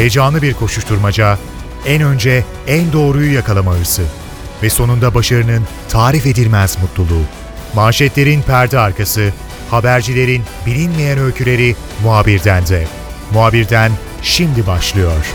Heyecanlı bir koşuşturmaca, en önce en doğruyu yakalama hırsı ve sonunda başarının tarif edilmez mutluluğu. Manşetlerin perde arkası, habercilerin bilinmeyen öyküleri Muhabir'den de. Muhabir'den şimdi başlıyor.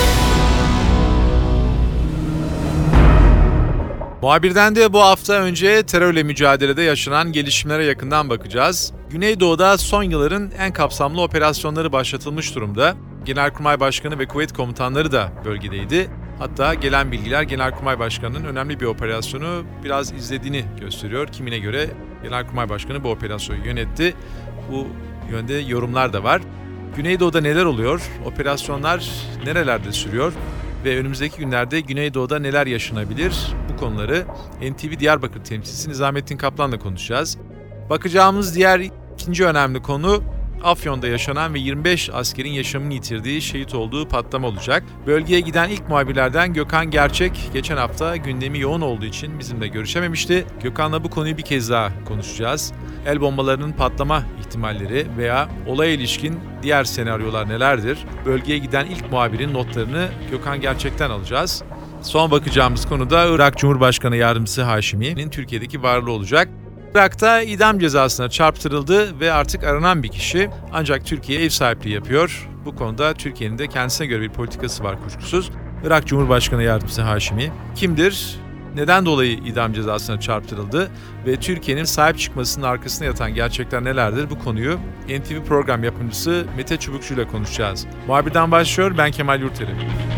Muhabir'den de bu hafta önce terörle mücadelede yaşanan gelişmelere yakından bakacağız. Güneydoğu'da son yılların en kapsamlı operasyonları başlatılmış durumda. Genelkurmay Başkanı ve kuvvet komutanları da bölgedeydi. Hatta gelen bilgiler Genelkurmay Başkanı'nın önemli bir operasyonu biraz izlediğini gösteriyor. Kimine göre Genelkurmay Başkanı bu operasyonu yönetti. Bu yönde yorumlar da var. Güneydoğu'da neler oluyor? Operasyonlar nerelerde sürüyor? Ve önümüzdeki günlerde Güneydoğu'da neler yaşanabilir? Bu konuları NTV Diyarbakır temsilcisi Nizamettin Kaplan'la konuşacağız. Bakacağımız diğer ikinci önemli konu Afyon'da yaşanan ve 25 askerin yaşamını yitirdiği, şehit olduğu patlama olacak. Bölgeye giden ilk muhabirlerden Gökhan Gerçek, geçen hafta gündemi yoğun olduğu için bizimle görüşememişti. Gökhan'la bu konuyu bir kez daha konuşacağız. El bombalarının patlama ihtimalleri veya olaya ilişkin diğer senaryolar nelerdir? Bölgeye giden ilk muhabirin notlarını Gökhan Gerçek'ten alacağız. Son bakacağımız konu da Irak Cumhurbaşkanı Yardımcısı Haşimi'nin Türkiye'deki varlığı olacak. Irak'ta idam cezasına çarptırıldı ve artık aranan bir kişi, ancak Türkiye ev sahipliği yapıyor. Bu konuda Türkiye'nin de kendisine göre bir politikası var kuşkusuz. Irak Cumhurbaşkanı Yardımcısı Haşimi kimdir? Neden dolayı idam cezasına çarptırıldı ve Türkiye'nin sahip çıkmasının arkasında yatan gerçekler nelerdir? Bu konuyu NTV program yapımcısı Mete Çubukçu ile konuşacağız. Muhabirden başlıyor, ben Kemal Yurteri.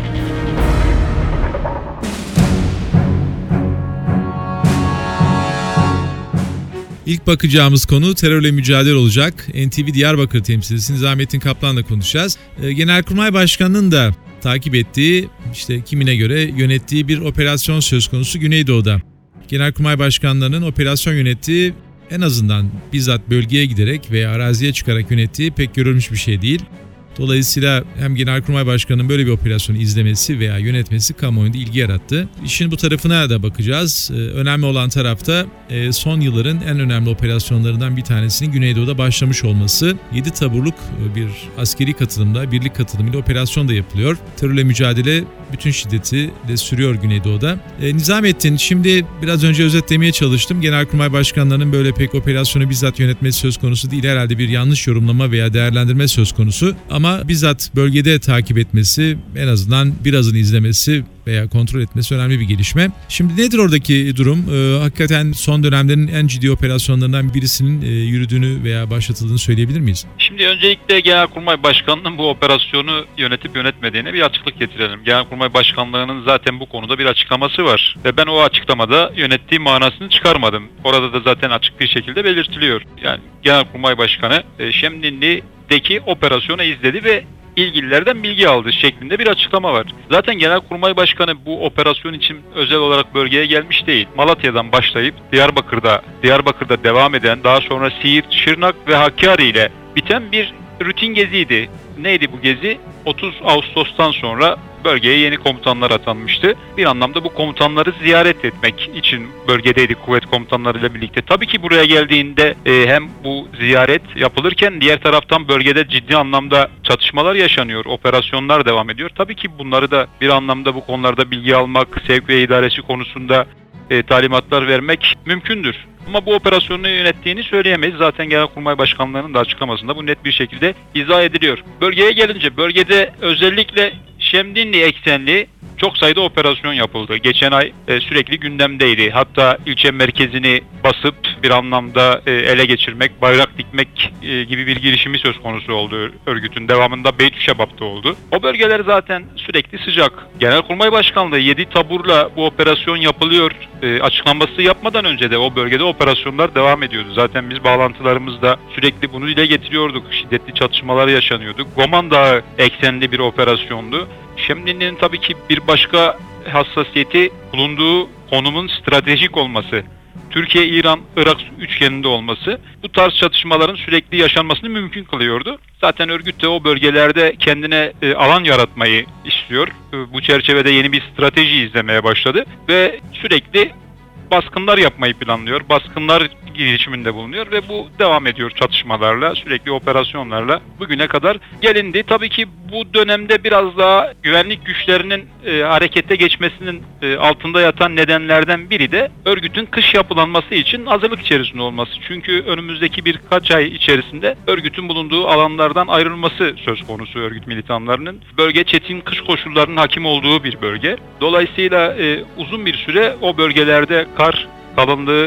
İlk bakacağımız konu terörle mücadele olacak. NTV Diyarbakır temsilcisi Nizamettin Kaplan'la konuşacağız. Genelkurmay Başkanı'nın da takip ettiği, kimine göre yönettiği bir operasyon söz konusu Güneydoğu'da. Genelkurmay Başkanlarının operasyon yönettiği, en azından bizzat bölgeye giderek veya araziye çıkarak yönettiği pek görülmüş bir şey değil. Dolayısıyla hem Genelkurmay Başkanı'nın böyle bir operasyonu izlemesi veya yönetmesi kamuoyunda ilgi yarattı. İşin bu tarafına da bakacağız. Önemli olan tarafta son yılların en önemli operasyonlarından bir tanesinin Güneydoğu'da başlamış olması. 7 taburluk bir askeri katılımda, birlik katılımıyla operasyon da yapılıyor. Terörle mücadele bütün şiddetiyle sürüyor Güneydoğu'da. Nizamettin, şimdi biraz önce özetlemeye çalıştım. Genelkurmay Başkanlarının böyle pek operasyonu bizzat yönetmesi söz konusu değil. Herhalde bir yanlış yorumlama veya değerlendirme söz konusu. Ama bizzat bölgede takip etmesi, en azından birazını izlemesi veya kontrol etmesi önemli bir gelişme. Şimdi nedir oradaki durum? Hakikaten son dönemlerin en ciddi operasyonlarından birisinin yürüdüğünü veya başlatıldığını söyleyebilir miyiz? Şimdi öncelikle Genelkurmay Başkanlığı'nın bu operasyonu yönetip yönetmediğine bir açıklık getirelim. Genelkurmay Başkanlığı'nın zaten bu konuda bir açıklaması var. Ve ben o açıklamada yönettiği manasını çıkarmadım. Orada da zaten açık bir şekilde belirtiliyor. Yani Genelkurmay Başkanı Şemdinli'deki operasyonu izledi ve ilgililerden bilgi aldı şeklinde bir açıklama var. Zaten Genelkurmay Başkanı bu operasyon için özel olarak bölgeye gelmiş değil. Malatya'dan başlayıp Diyarbakır'da devam eden, daha sonra Siirt, Şırnak ve Hakkari ile biten bir rutin geziydi. Neydi bu gezi? 30 Ağustos'tan sonra bölgeye yeni komutanlar atanmıştı. Bir anlamda bu komutanları ziyaret etmek için bölgedeydi kuvvet komutanlarıyla birlikte. Tabii ki buraya geldiğinde hem bu ziyaret yapılırken diğer taraftan bölgede ciddi anlamda çatışmalar yaşanıyor, operasyonlar devam ediyor. Tabii ki bunları da bir anlamda bu konularda bilgi almak, sevk ve idaresi konusunda talimatlar vermek mümkündür. Ama bu operasyonu yönettiğini söyleyemeyiz. Zaten Genelkurmay Başkanlığı'nın da açıklamasında bu net bir şekilde izah ediliyor. Bölgeye gelince bölgede özellikle Şemdinli eksenli çok sayıda operasyon yapıldı. Geçen ay sürekli gündemdeydi. Hatta ilçe merkezini basıp bir anlamda ele geçirmek, bayrak dikmek gibi bir girişimi söz konusu oldu örgütün. Devamında Beytüşebap'ta oldu. O bölgeler zaten sürekli sıcak. Genelkurmay Başkanlığı 7 taburla bu operasyon yapılıyor açıklaması yapmadan önce de o bölgede operasyonlar devam ediyordu. Zaten biz bağlantılarımızda sürekli bunu dile getiriyorduk. Şiddetli çatışmalar yaşanıyordu. Goman Dağı eksenli bir operasyondu. Şemdinli'nin tabii ki bir başka hassasiyeti bulunduğu konumun stratejik olması. Türkiye, İran, Irak üçgeninde olması bu tarz çatışmaların sürekli yaşanmasını mümkün kılıyordu. Zaten örgüt de o bölgelerde kendine alan yaratmayı istiyor. Bu çerçevede yeni bir strateji izlemeye başladı ve sürekli baskınlar yapmayı planlıyor. Baskınlar girişiminde bulunuyor ve bu devam ediyor çatışmalarla, sürekli operasyonlarla bugüne kadar gelindi. Tabii ki bu dönemde biraz daha güvenlik güçlerinin harekete geçmesinin altında yatan nedenlerden biri de örgütün kış yapılanması için hazırlık içerisinde olması. Çünkü önümüzdeki birkaç ay içerisinde örgütün bulunduğu alanlardan ayrılması söz konusu örgüt militanlarının. Bölge çetin kış koşullarının hakim olduğu bir bölge. Dolayısıyla uzun bir süre o bölgelerde kar kalınlığı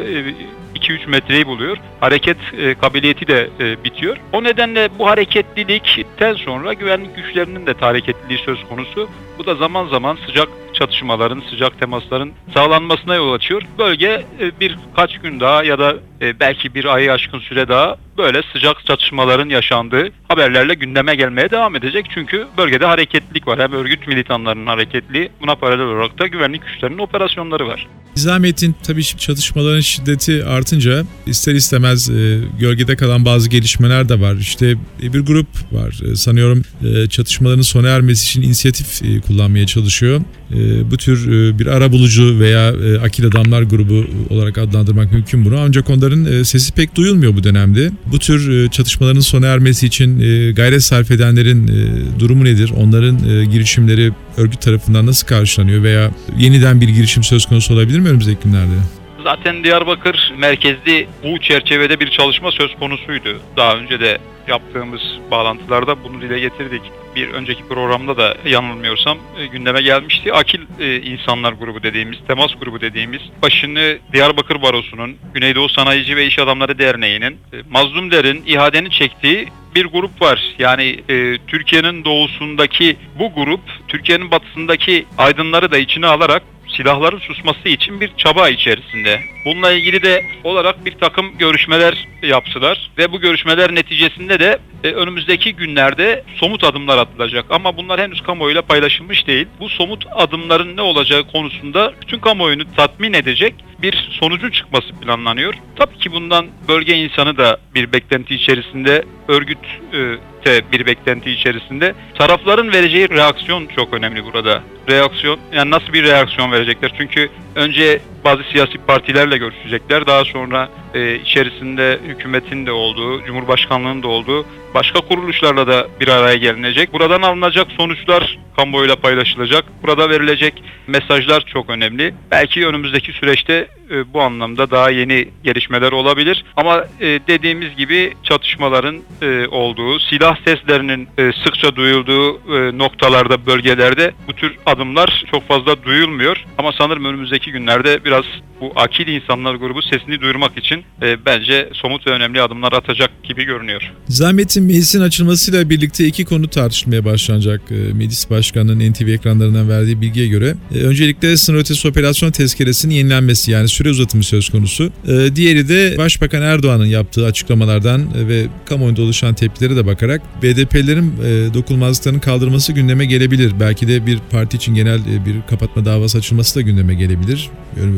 2-3 metreyi buluyor. Hareket kabiliyeti de bitiyor. O nedenle bu hareketlilikten sonra güvenlik güçlerinin de hareketliliği söz konusu. Bu da zaman zaman sıcak çatışmaların, sıcak temasların sağlanmasına yol açıyor. Bölge birkaç gün daha ya da belki bir ayı aşkın süre daha böyle sıcak çatışmaların yaşandığı haberlerle gündeme gelmeye devam edecek. Çünkü bölgede hareketlilik var. Hem örgüt militanlarının hareketliliği, buna paralel olarak da güvenlik güçlerinin operasyonları var. Nizamettin, tabii çatışmaların şiddeti artınca ister istemez gölgede kalan bazı gelişmeler de var. İşte bir grup var sanıyorum çatışmaların sona ermesi için inisiyatif kullanmaya çalışıyor. Bu tür bir arabulucu veya akil adamlar grubu olarak adlandırmak mümkün bunu. Ancak onların sesi pek duyulmuyor bu dönemde. Bu tür çatışmaların sona ermesi için gayret sarf edenlerin durumu nedir? Onların girişimleri örgüt tarafından nasıl karşılanıyor veya yeniden bir girişim söz konusu olabilir mi önümüzdeki günlerde? Zaten Diyarbakır merkezli bu çerçevede bir çalışma söz konusuydu. Daha önce de yaptığımız bağlantılarda bunu dile getirdik. Bir önceki programda da yanılmıyorsam gündeme gelmişti. Akil insanlar grubu dediğimiz, temas grubu dediğimiz, başını Diyarbakır Barosu'nun, Güneydoğu Sanayici ve İş Adamları Derneği'nin, mazlumların ihadenin çektiği bir grup var. Yani Türkiye'nin doğusundaki bu grup, Türkiye'nin batısındaki aydınları da içine alarak silahların susması için bir çaba içerisinde. Bununla ilgili de olarak bir takım görüşmeler yaptılar ve bu görüşmeler neticesinde de önümüzdeki günlerde somut adımlar atılacak. Ama bunlar henüz kamuoyuyla paylaşılmış değil. Bu somut adımların ne olacağı konusunda bütün kamuoyunu tatmin edecek bir sonucun çıkması planlanıyor. Tabii ki bundan bölge insanı da bir beklenti içerisinde, örgüt de bir beklenti içerisinde. Tarafların vereceği reaksiyon çok önemli burada. Reaksiyon, yani nasıl bir reaksiyon verecekler? Çünkü önce bazı siyasi partilerle görüşecekler. Daha sonra içerisinde hükümetin de olduğu, Cumhurbaşkanlığının da olduğu başka kuruluşlarla da bir araya gelinecek. Buradan alınacak sonuçlar kamuoyuyla paylaşılacak. Burada verilecek mesajlar çok önemli. Belki önümüzdeki süreçte bu anlamda daha yeni gelişmeler olabilir. Ama dediğimiz gibi çatışmaların olduğu, silah seslerinin sıkça duyulduğu noktalarda, bölgelerde bu tür adımlar çok fazla duyulmuyor. Ama sanırım önümüzdeki günlerde biraz bu akil insanlar grubu sesini duyurmak için bence somut ve önemli adımlar atacak gibi görünüyor. Zahmet'in meclisin açılmasıyla birlikte iki konu tartışılmaya başlanacak. Meclis Başkanı'nın NTV ekranlarından verdiği bilgiye göre. Öncelikle sınır ötesi operasyon tezkeresinin yenilenmesi, yani süre uzatımı söz konusu. Diğeri de Başbakan Erdoğan'ın yaptığı açıklamalardan ve kamuoyunda oluşan tepkilere de bakarak BDP'lerin dokunulmazlıklarının kaldırılması gündeme gelebilir. Belki de bir parti için genel bir kapatma davası açılması da gündeme gelebilir.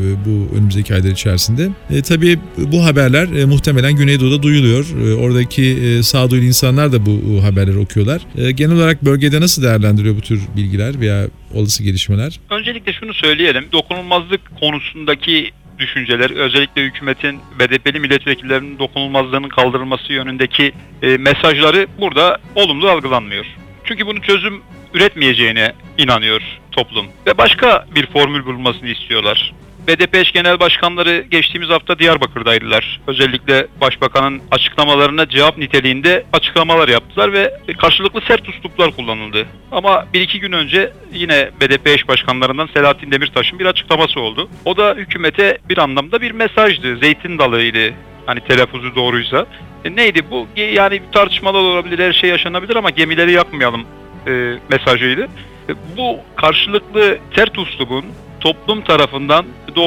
Bu önümüzdeki aylar içerisinde. Tabii bu haberler muhtemelen Güneydoğu'da duyuluyor. Oradaki sağduyulu insanlar da bu haberleri okuyorlar. Genel olarak bölgede nasıl değerlendiriyor bu tür bilgiler veya olası gelişmeler? Öncelikle şunu söyleyelim. Dokunulmazlık konusundaki düşünceler, özellikle hükümetin BDP'li milletvekillerinin dokunulmazlığının kaldırılması yönündeki mesajları burada olumlu algılanmıyor. Çünkü bunun çözüm üretmeyeceğine inanıyor toplum ve başka bir formül bulunmasını istiyorlar. BDP eş genel başkanları geçtiğimiz hafta Diyarbakır'daydılar. Özellikle Başbakan'ın açıklamalarına cevap niteliğinde açıklamalar yaptılar ve karşılıklı sert üsluplar kullanıldı. Ama bir iki gün önce yine BDP eş başkanlarından Selahattin Demirtaş'ın bir açıklaması oldu. O da hükümete bir anlamda bir mesajdı. Zeytin dalıydı. Hani telaffuzu doğruysa. Neydi bu? Yani tartışmalar olabilir, her şey yaşanabilir ama gemileri yakmayalım mesajıydı. Bu karşılıklı sert üslubun toplum tarafından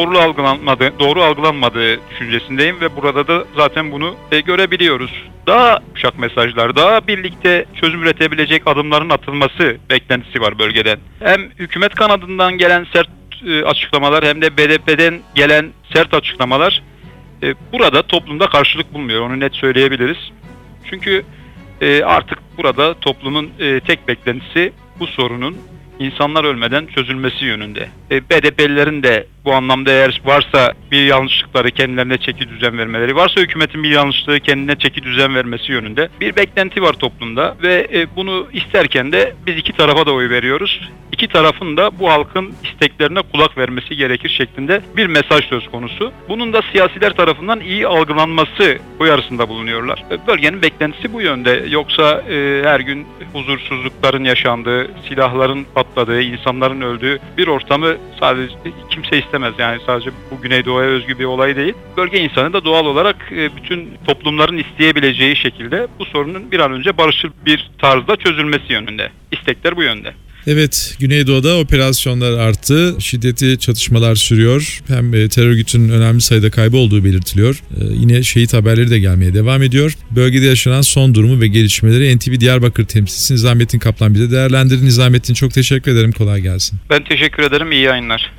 doğru algılanmadığı düşüncesindeyim ve burada da zaten bunu görebiliyoruz. Daha yumuşak mesajlar, daha birlikte çözüm üretebilecek adımların atılması beklentisi var bölgeden. Hem hükümet kanadından gelen sert açıklamalar hem de BDP'den gelen sert açıklamalar burada toplumda karşılık bulmuyor. Onu net söyleyebiliriz. Çünkü artık burada toplumun tek beklentisi bu sorunun insanlar ölmeden çözülmesi yönünde. BDP'lilerin de Bu anlamda eğer varsa bir yanlışlıkları kendilerine çeki düzen vermeleri, varsa hükümetin bir yanlışlığı kendine çeki düzen vermesi yönünde bir beklenti var toplumda ve bunu isterken de biz iki tarafa da oy veriyoruz. İki tarafın da bu halkın isteklerine kulak vermesi gerekir şeklinde bir mesaj söz konusu. Bunun da siyasiler tarafından iyi algılanması uyarısında bulunuyorlar. Bölgenin beklentisi bu yönde. Yoksa her gün huzursuzlukların yaşandığı, silahların patladığı, insanların öldüğü bir ortamı sadece kimse istemez. Yani sadece bu Güneydoğu'ya özgü bir olay değil. Bölge insanı da doğal olarak bütün toplumların isteyebileceği şekilde bu sorunun bir an önce barışçıl bir tarzda çözülmesi yönünde. İstekler bu yönde. Evet, Güneydoğu'da operasyonlar arttı. Şiddetli çatışmalar sürüyor. Hem terör örgütünün önemli sayıda kaybı olduğu belirtiliyor. Yine şehit haberleri de gelmeye devam ediyor. Bölgede yaşanan son durumu ve gelişmeleri NTV Diyarbakır temsilcisi Nizamettin Kaplan bize değerlendirdi. Nizamettin, çok teşekkür ederim. Kolay gelsin. Ben teşekkür ederim. İyi yayınlar.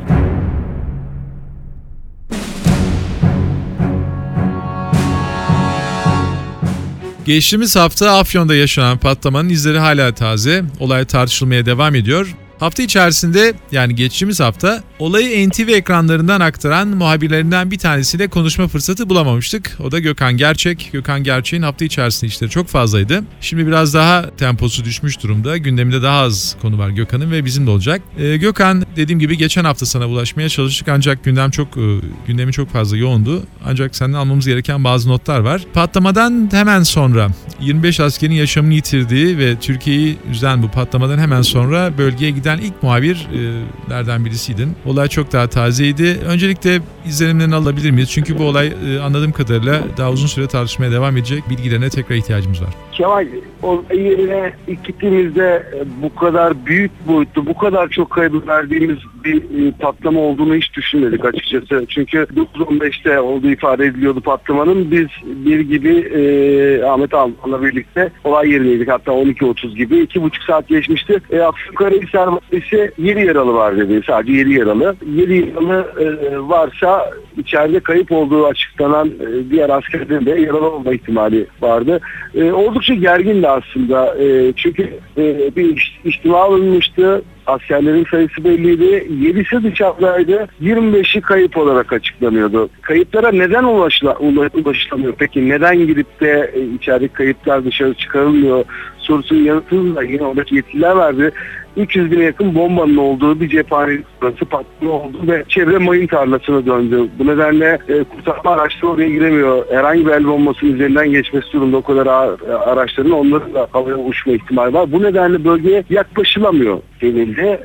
Geçtiğimiz hafta Afyon'da yaşanan patlamanın izleri hala taze. Olay tartışılmaya devam ediyor. Hafta içerisinde, yani geçtiğimiz hafta, olayı NTV ekranlarından aktaran muhabirlerinden bir tanesiyle konuşma fırsatı bulamamıştık. O da Gökhan Gerçek. Gökhan Gerçek'in hafta içerisinde işleri çok fazlaydı. Şimdi biraz daha temposu düşmüş durumda. Gündeminde daha az konu var Gökhan'ın ve bizim de olacak. Gökhan, dediğim gibi geçen hafta sana ulaşmaya çalıştık ancak gündemi çok fazla yoğundu. Ancak senden almamız gereken bazı notlar var. Patlamadan hemen sonra 25 askerin yaşamını yitirdiği ve Türkiye'yi üzen bu patlamadan hemen sonra bölgeye giden ilk muhabirlerden birisiydin. Olay çok daha tazeydi. Öncelikle izlenimlerini alabilir miyiz? Çünkü bu olay anladığım kadarıyla daha uzun süre tartışmaya devam edecek. Bilgilerine tekrar ihtiyacımız var. Kemal, olay yerine ilk gittiğimizde bu kadar büyük boyutlu, bu kadar çok kaybı verdiğimiz bir patlama olduğunu hiç düşünmedik açıkçası. Çünkü 9.15'te olduğu ifade ediliyordu patlamanın. Biz bir gibi Ahmet Alman'la birlikte olay yerindeydik. Hatta 12.30 gibi. 2,5 saat geçmişti. Afyonkarahisar valisi 7 yaralı var dedi. Sadece 7 yaralı. 7 yaralı varsa içeride kayıp olduğu açıklanan diğer askerlerin de yaralı olma ihtimali vardı. Oldukça gergindi aslında. Çünkü bir ihtimal alınmıştı. Askerlerin sayısı belliydi. 7'si dışarıdaydı. 25'i kayıp olarak açıklanıyordu. Kayıplara neden ulaşılamıyor? Peki neden gidip de içerideki kayıplar dışarı çıkarılmıyor? Sorusunun yanıtını da yine oradaki yetkililer verdi. 300 bine yakın bombanın olduğu bir cephane burası patlama oldu ve çevre mayın tarlasına döndü. Bu nedenle kurtarma araçları oraya giremiyor. Herhangi bir el bombasının üzerinden geçmesi durumunda o kadar araçların onların da havaya uçma ihtimali var. Bu nedenle bölgeye yaklaşılamıyor denildi.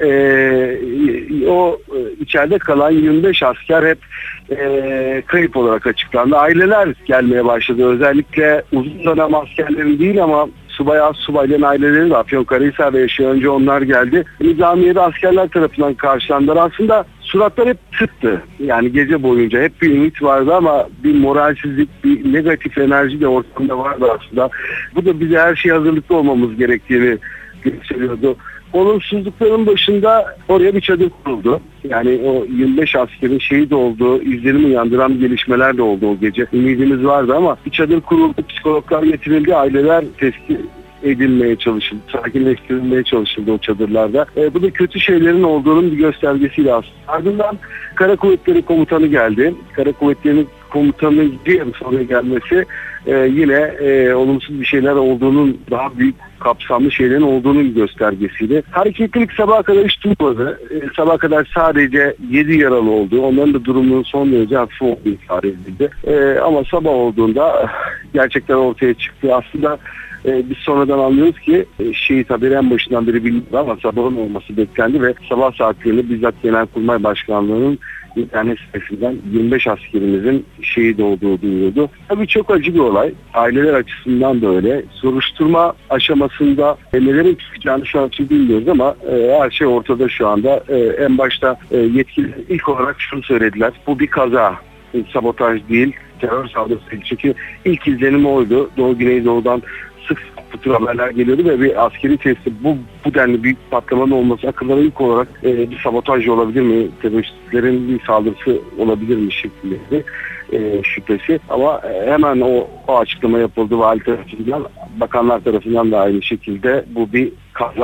İçeride kalan 25 asker hep kayıp olarak açıklandı. Aileler gelmeye başladı. Özellikle uzun dönem askerlerin değil ama subayların aileleri de Afyonkarahisar'da yaşıyor. Önce onlar geldi. Nizamiye'de askerler tarafından karşılandılar. Aslında suratlar hep tıktı. Yani gece boyunca hep bir ümit vardı ama bir moralsizlik, bir negatif enerji de ortamda vardı aslında. Bu da bize her şeye hazırlıklı olmamız gerektiğini gösteriyordu. Olumsuzlukların başında oraya bir çadır kuruldu. Yani o 25 askerin şehit olduğu, izlenimi uyandıran gelişmeler de oldu o gece. Ümidimiz vardı ama bir çadır kuruldu, psikologlar getirildi, aileler tespit edilmeye çalışıldı, sakinleştirilmeye çalışıldı o çadırlarda. Bu da kötü şeylerin olduğunun bir göstergesiyle aslında. Ardından Kara Kuvvetleri Komutanı geldi. Kara Kuvvetleri'nin komutanının bir yıl sonra gelmesi yine olumsuz bir şeyler olduğunun, daha büyük kapsamlı şeylerin olduğunun göstergesiydi. Hareketlilik sabaha kadar hiç durmadı. Sabaha kadar sadece 7 yaralı oldu. Onların da durumunun son derece hafif olduğu ifade edildi. Ama sabah olduğunda gerçekten ortaya çıktı. Aslında biz sonradan anlıyoruz ki şehit haberi en başından beri bilindi ama sabahın olması beklendi ve sabah saatlerinde bizzat Genelkurmay Başkanlığı'nın internet sitesinden 25 askerimizin şehit olduğu duyuruldu. Tabii çok acı bir olay. Aileler açısından da öyle. Soruşturma aşamasında nelerin çıkacağını şu an için bilmiyoruz ama her şey ortada şu anda. En başta yetkililer ilk olarak şunu söylediler. Bu bir kaza. Sabotaj değil, terör saldırısı değil. Çünkü ilk izlenim oydu. Doğu Güneydoğu'dan sık bu tür haberler geliyordu ve bir askeri teslim bu denli büyük patlamanın olması akıllara ilk olarak bir sabotaj olabilir mi? Teröristlerin bir saldırısı olabilir mi şeklinde şüphesi. Ama hemen o açıklama yapıldı vali tarafından, bakanlar tarafından da aynı şekilde bu bir kaza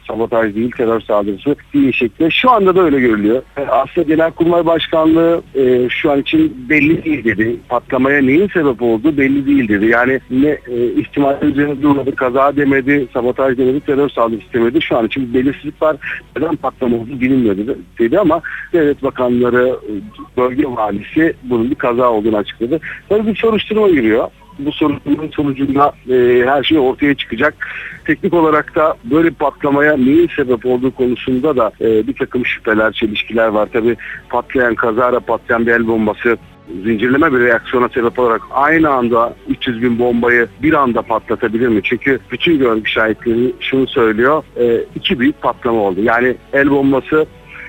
sabotaj değil, terör saldırısı değil şeklinde. Şu anda da öyle görülüyor. Aslında Genelkurmay Başkanlığı şu an için belli değil dedi. Patlamaya neyin sebep olduğu belli değil dedi. Yani ne ihtimal üzerine durmadı, kaza demedi, sabotaj demedi, terör saldırısı demedi. Şu an için bir belirsizlik var. Neden patlama olduğu bilinmiyor dedi ama Devlet Bakanları, bölge valisi bunun bir kaza olduğunu açıkladı. Tabii bir soruşturma giriyor. Bu sorunun sonucunda her şey ortaya çıkacak. Teknik olarak da böyle bir patlamaya neyin sebep olduğu konusunda da bir takım şüpheler, çelişkiler var. Tabii kazara patlayan bir el bombası zincirleme bir reaksiyona sebep olarak aynı anda 300 bin bombayı bir anda patlatabilir mi? Çünkü bütün görgü şahitleri şunu söylüyor. 2 büyük patlama oldu. Yani el bombası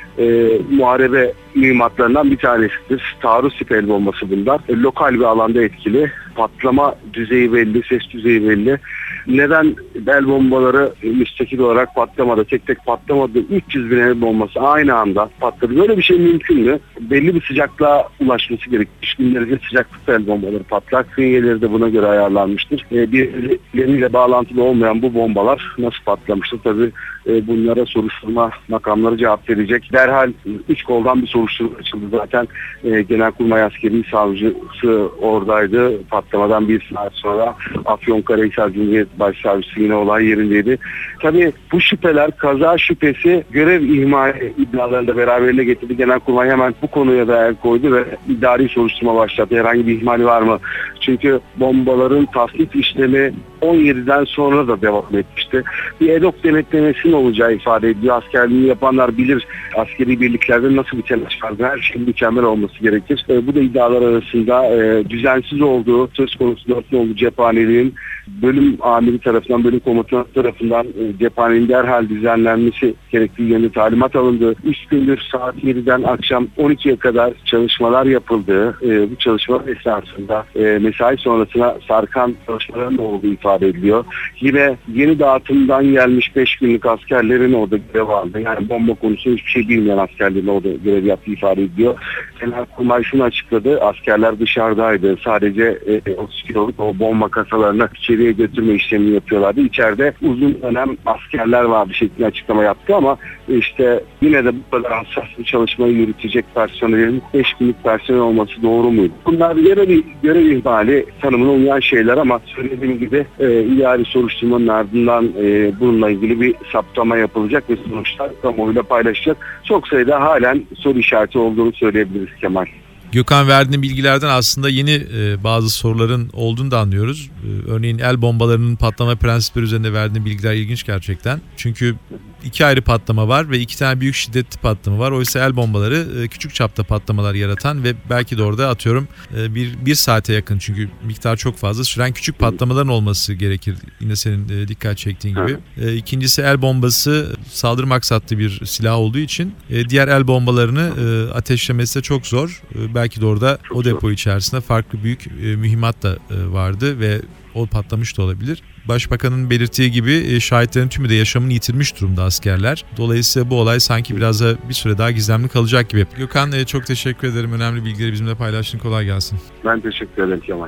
muharebe mühimmatlarından bir tanesidir. Taarruz tipi el bombası bunlar. Lokal bir alanda etkili. Patlama düzeyi belli, ses düzeyi belli. Neden el bombaları müstakil olarak patlamadı, tek tek patlamadı, 300 bin el bombası aynı anda patladı. Böyle bir şey mümkün mü? Belli bir sıcaklığa ulaşması gerekir. 3000 derece sıcaklıkta el bombaları patlar. Kıyıyeleri de buna göre ayarlanmıştır. Birbirleriyle bağlantılı olmayan bu bombalar nasıl patlamıştır? Tabii bunlara soruşturma makamları cevap verecek. Derhal 3 koldan bir soruşturma açıldı zaten. Genelkurmay Askeri Savcısı oradaydı. Patlamadan bir saat sonra Afyonkarahisar Cumhuriyet Başsavcısı yine olay yerindeydi. Tabii bu şüpheler, kaza şüphesi görev ihmali iddialarını da beraberine getirdi. Genelkurmay hemen bu konuya da el koydu ve idari soruşturma başlattı. Herhangi bir ihmal var mı? Çünkü bombaların tasnif işlemi 17'den sonra da devam etmişti. Bir EDOK denetlemesinin olacağı ifade ediyor. Askerliğini yapanlar bilir askeri birliklerde nasıl bir telaş var. Her şeyin mükemmel olması gerekir. Bu da iddialar arasında düzensiz olduğu, söz konusu 4 nolu cephaneliğin bölüm amiri tarafından, bölüm komutanı tarafından cephanenin derhal düzenlenmesi gerektiği yönde talimat alındı. 3 gündür saat 7'den akşam 12'ye kadar çalışmalar yapıldı. Bu çalışmalar esnasında mesai sonrasına sarkan çalışmaların olduğu ifade ediliyor. Yine yeni dağıtımdan gelmiş 5 günlük askerlerin orada görev aldı. Yani bomba konusunda hiçbir şey bilmeyen askerlerin orada görev yaptığı ifade ediliyor. Genelkurmay şunu açıkladı. Askerler dışarıdaydı. Sadece 30 kiloluk o bomba kasalarını içeriye götürme işlemini yapıyorlardı. İçeride uzun dönem askerler vardı şeklinde açıklama yaptı ama işte yine de bu kadar hassas bir çalışmayı yürütecek personelin 5 günlük personel olması doğru muydu? Bunlar görev ihmali tanımına uyan şeyler ama söylediğim gibi idari soruşturmanın ardından bununla ilgili bir saptama yapılacak ve sonuçlar kamuoyuyla paylaşacak. Çok sayıda halen soru işareti olduğunu söyleyebiliriz Kemal. Gökhan verdiğin bilgilerden aslında yeni bazı soruların olduğunu da anlıyoruz. Örneğin el bombalarının patlama prensipleri üzerinde verdiğin bilgiler ilginç gerçekten. Çünkü 2 ayrı patlama var ve 2 tane büyük şiddetli patlama var. Oysa el bombaları küçük çapta patlamalar yaratan ve belki de orada atıyorum bir saate yakın, çünkü miktar çok fazla süren küçük patlamaların olması gerekir. Yine senin dikkat çektiğin gibi. İkincisi, el bombası saldırı maksatlı bir silah olduğu için diğer el bombalarını ateşlemesi de çok zor. Belki de orada o depo içerisinde farklı büyük mühimmat da vardı ve o patlamış da olabilir. Başbakanın belirttiği gibi şahitlerin tümü de yaşamını yitirmiş durumda askerler. Dolayısıyla bu olay sanki biraz da bir süre daha gizemli kalacak gibi. Gökhan, çok teşekkür ederim. Önemli bilgileri bizimle paylaştın. Kolay gelsin. Ben teşekkür ederim Kemal.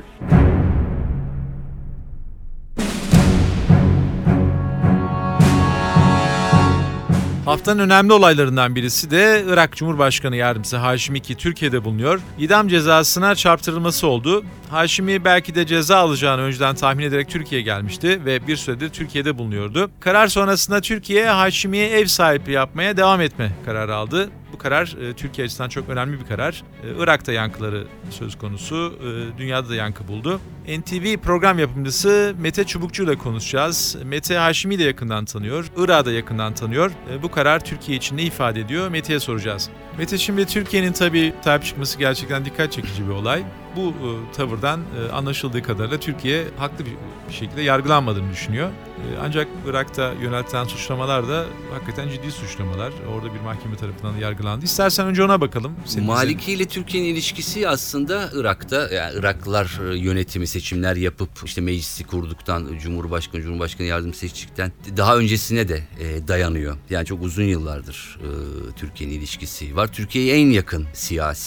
Haftanın önemli olaylarından birisi de Irak Cumhurbaşkanı Yardımcısı Haşimi ki Türkiye'de bulunuyor. İdam cezasına çarptırılması oldu. Haşimi belki de ceza alacağını önceden tahmin ederek Türkiye'ye gelmişti ve bir süredir Türkiye'de bulunuyordu. Karar sonrasında Türkiye, Haşimi'ye ev sahipliği yapmaya devam etme kararı aldı. Bu karar Türkiye açısından çok önemli bir karar. Irak'ta yankıları söz konusu, dünyada da yankı buldu. NTV program yapımcısı Mete Çubukçu ile konuşacağız. Mete Haşimi'yi de yakından tanıyor, Irak'ı da yakından tanıyor. Bu karar Türkiye için ne ifade ediyor? Mete'ye soracağız. Mete, şimdi Türkiye'nin tabii sahip çıkması gerçekten dikkat çekici bir olay. Bu tavırdan anlaşıldığı kadarıyla Türkiye haklı bir şekilde yargılanmadığını düşünüyor. Ancak Irak'ta yöneltilen suçlamalar da hakikaten ciddi suçlamalar. Orada bir mahkeme tarafından da yargılandı. İstersen önce ona bakalım. Maliki ile Türkiye'nin ilişkisi aslında Irak'ta, yani Iraklılar yönetimi, seçimler yapıp işte meclisi kurduktan, Cumhurbaşkanı yardımcısı seçtikten daha öncesine de dayanıyor. Yani çok uzun yıllardır Türkiye'nin ilişkisi var. Türkiye'ye en yakın siyasi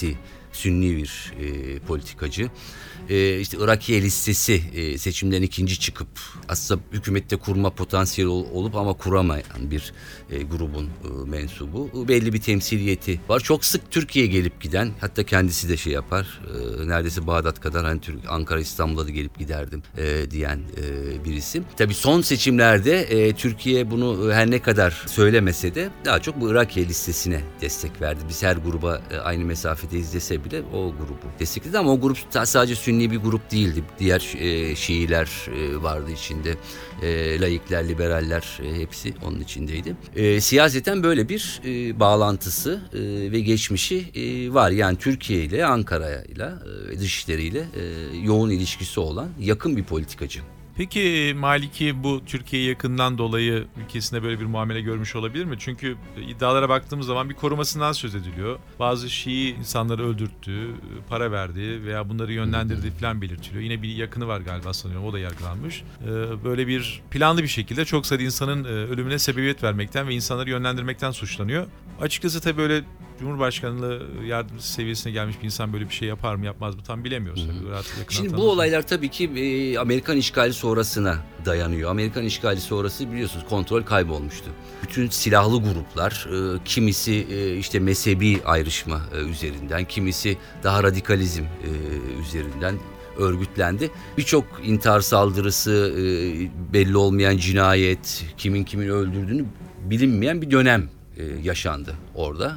Sünni bir politikacı. İşte Irakiye listesi seçimden ikinci çıkıp aslında hükümette kurma potansiyeli olup ama kuramayan bir grubun mensubu. Belli bir temsiliyeti var. Çok sık Türkiye'ye gelip giden, hatta kendisi de şey yapar. Neredeyse Bağdat kadar hani Ankara, İstanbul'a da gelip giderdim diyen birisi. Tabii son seçimlerde Türkiye bunu her ne kadar söylemese de daha çok bu Irakiye listesine destek verdi. Biz her gruba aynı mesafedeyiz dese bile o grubu destekledi ama o grup sadece Sünni bir grup değildi. Diğer Şiiler vardı içinde. Laikler, liberaller hepsi onun içindeydi. Siyaseten böyle bir bağlantısı ve geçmişi var. Yani Türkiye ile, Ankara ile, dışişleriyle yoğun ilişkisi olan yakın bir politikacı. Peki Maliki bu Türkiye'ye yakından dolayı ülkesinde böyle bir muamele görmüş olabilir mi? Çünkü iddialara baktığımız zaman bir korumasından söz ediliyor. Bazı Şii insanları öldürttü, para verdi veya bunları yönlendirdi falan belirtiliyor. Yine bir yakını var galiba sanıyorum, o da yargılanmış. Böyle bir planlı bir şekilde çok sayıda insanın ölümüne sebebiyet vermekten ve insanları yönlendirmekten suçlanıyor. Açıkçası tabii böyle Cumhurbaşkanlığı yardımcısı seviyesine gelmiş bir insan böyle bir şey yapar mı yapmaz mı tam bilemiyoruz. Şimdi bu olaylar tabii ki Amerikan işgali sonrasına dayanıyor. Amerikan işgali sonrası biliyorsunuz kontrol kaybolmuştu. Bütün silahlı gruplar, kimisi işte mezhebi ayrışma üzerinden, kimisi daha radikalizm üzerinden örgütlendi. Birçok intihar saldırısı, belli olmayan cinayet, kimin öldürdüğünü bilinmeyen bir dönem yaşandı orada.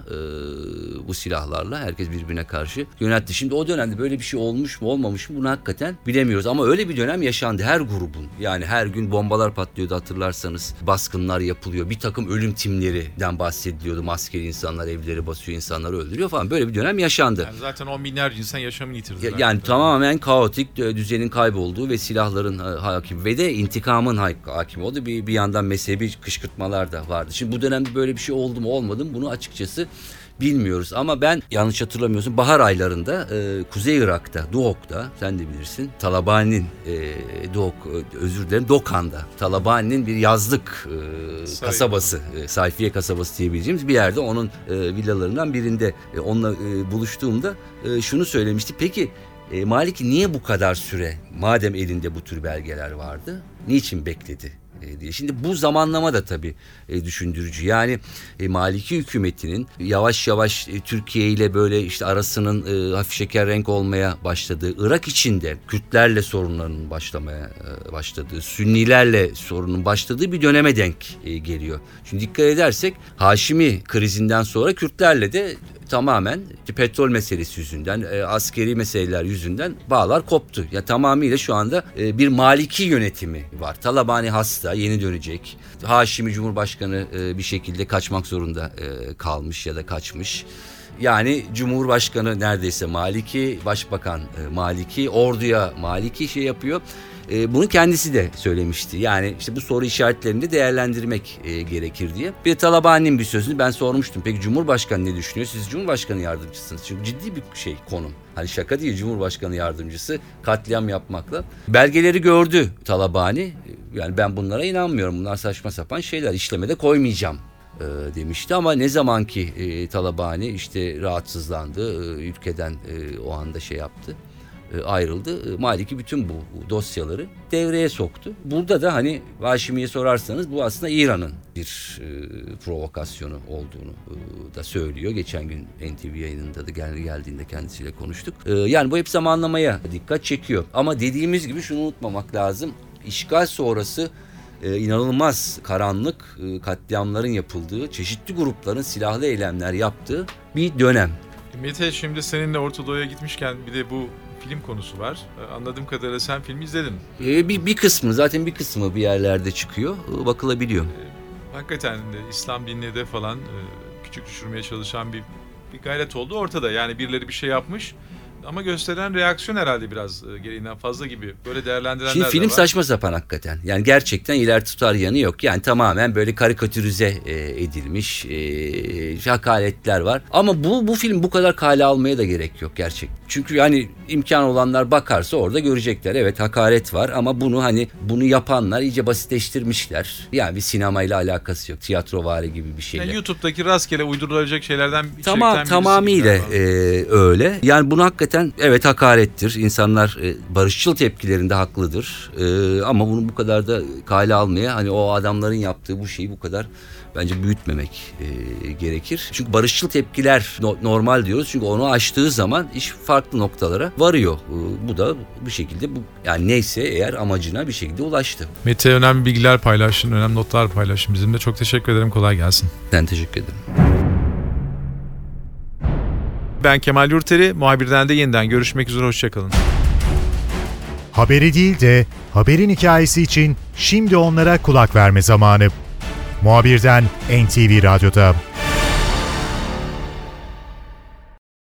Bu silahlarla herkes birbirine karşı yöneltti. Şimdi o dönemde böyle bir şey olmuş mu olmamış mı bunu hakikaten bilemiyoruz. Ama öyle bir dönem yaşandı her grubun. Yani her gün bombalar patlıyordu hatırlarsanız. Baskınlar yapılıyor. Bir takım ölüm timlerinden bahsediliyordu. Maskeli insanlar evleri basıyor, insanları öldürüyor falan. Böyle bir dönem yaşandı. Yani zaten 10 binlerce insan yaşamını yitirdi. Yani tamamen kaotik, düzenin kaybolduğu ve silahların hakim ve de intikamın hakim oldu. Bir yandan mezhebi kışkırtmalar da vardı. Şimdi bu dönemde böyle bir şey oldu mu olmadı mı bunu açıkçası bilmiyoruz. Ama ben yanlış hatırlamıyorsun bahar aylarında Kuzey Irak'ta, Duhok'ta sen de bilirsin Talabani'nin Dokkan'da Talabani'nin bir yazlık kasabası, Sayfiye kasabası diyebileceğimiz bir yerde onun villalarından birinde onunla buluştuğumda şunu söylemişti. Peki Maliki niye bu kadar süre madem elinde bu tür belgeler vardı niçin bekledi diye. Şimdi bu zamanlama da tabii düşündürücü. Yani Maliki hükümetinin yavaş yavaş Türkiye ile böyle işte arasının hafif şeker renk olmaya başladığı, Irak içinde Kürtlerle sorunlarının başlamaya başladığı, Sünnilerle sorunun başladığı bir döneme denk geliyor. Şimdi dikkat edersek Haşimi krizinden sonra Kürtlerle de tamamen petrol meselesi yüzünden, askeri meseleler yüzünden bağlar koptu. Ya tamamıyla şu anda bir Maliki yönetimi var. Talabani hasta, yeni dönecek. Haşimi Cumhurbaşkanı bir şekilde kaçmak zorunda kalmış ya da kaçmış. Yani Cumhurbaşkanı neredeyse Maliki, Başbakan Maliki, orduya Maliki şey yapıyor. Bunu kendisi de söylemişti. Yani işte bu soru işaretlerini de değerlendirmek gerekir diye. Bir de Talabani'nin bir sözünü ben sormuştum. Peki Cumhurbaşkanı ne düşünüyor? Siz Cumhurbaşkanı yardımcısınız. Çünkü ciddi bir konum. Hani şaka değil, Cumhurbaşkanı yardımcısı katliam yapmakla. Belgeleri gördü Talabani. Yani ben bunlara inanmıyorum. Bunlar saçma sapan şeyler. İşlemede koymayacağım demişti ama ne zaman ki Talabani işte rahatsızlandı, ülkeden o anda şey yaptı, ayrıldı. Maliki bütün bu dosyaları devreye soktu. Burada da hani Haşimi'ye sorarsanız bu aslında İran'ın bir provokasyonu olduğunu da söylüyor. Geçen gün NTV yayınında da geldiğinde kendisiyle konuştuk. Yani bu hep zamanlamaya dikkat çekiyor. Ama dediğimiz gibi şunu unutmamak lazım. İşgal sonrası inanılmaz karanlık katliamların yapıldığı, çeşitli grupların silahlı eylemler yaptığı bir dönem. Mete, şimdi seninle Orta Doğu'ya gitmişken bir de bu film konusu var. Anladığım kadarıyla sen filmi izledin. Bir kısmı, zaten bir kısmı bir yerlerde çıkıyor, bakılabiliyor. Hakikaten de İslam dinine de falan küçük düşürmeye çalışan bir gayret oldu ortada. Yani birileri bir şey yapmış. Ama gösterilen reaksiyon herhalde biraz gereğinden fazla gibi. Böyle değerlendirenler Şimdi de film var. saçma sapan hakikaten. Yani gerçekten ileri tutar yanı yok. Yani tamamen böyle karikatürize edilmiş hakaretler var. Ama bu film bu kadar kale almaya da gerek yok gerçekten. Çünkü yani imkan olanlar bakarsa orada görecekler. Evet, hakaret var ama bunu yapanlar iyice basitleştirmişler. Yani bir sinemayla alakası yok. Tiyatrovari gibi bir şeyle. Yani YouTube'daki rastgele uydurulacak şeylerden içerikten birisi Tamamıyla gibi galiba. öyle. Yani bunu hakikaten evet hakarettir. İnsanlar barışçıl tepkilerinde haklıdır. Ama bunu bu kadar da kale almaya, hani o adamların yaptığı bu şeyi bu kadar bence büyütmemek gerekir. Çünkü barışçıl tepkiler normal diyoruz. Çünkü onu aştığı zaman iş farklı noktalara varıyor. Bu da bu şekilde yani neyse eğer amacına bir şekilde ulaştı. Mete, önemli bilgiler paylaştın, önemli notlar paylaştın bizimle. Çok teşekkür ederim. Kolay gelsin. Ben teşekkür ederim. Ben Kemal Yurteri. Muhabirden de yeniden görüşmek üzere. Hoşçakalın. Haberi değil de haberin hikayesi için şimdi onlara kulak verme zamanı. Muhabirden NTV Radyo'da.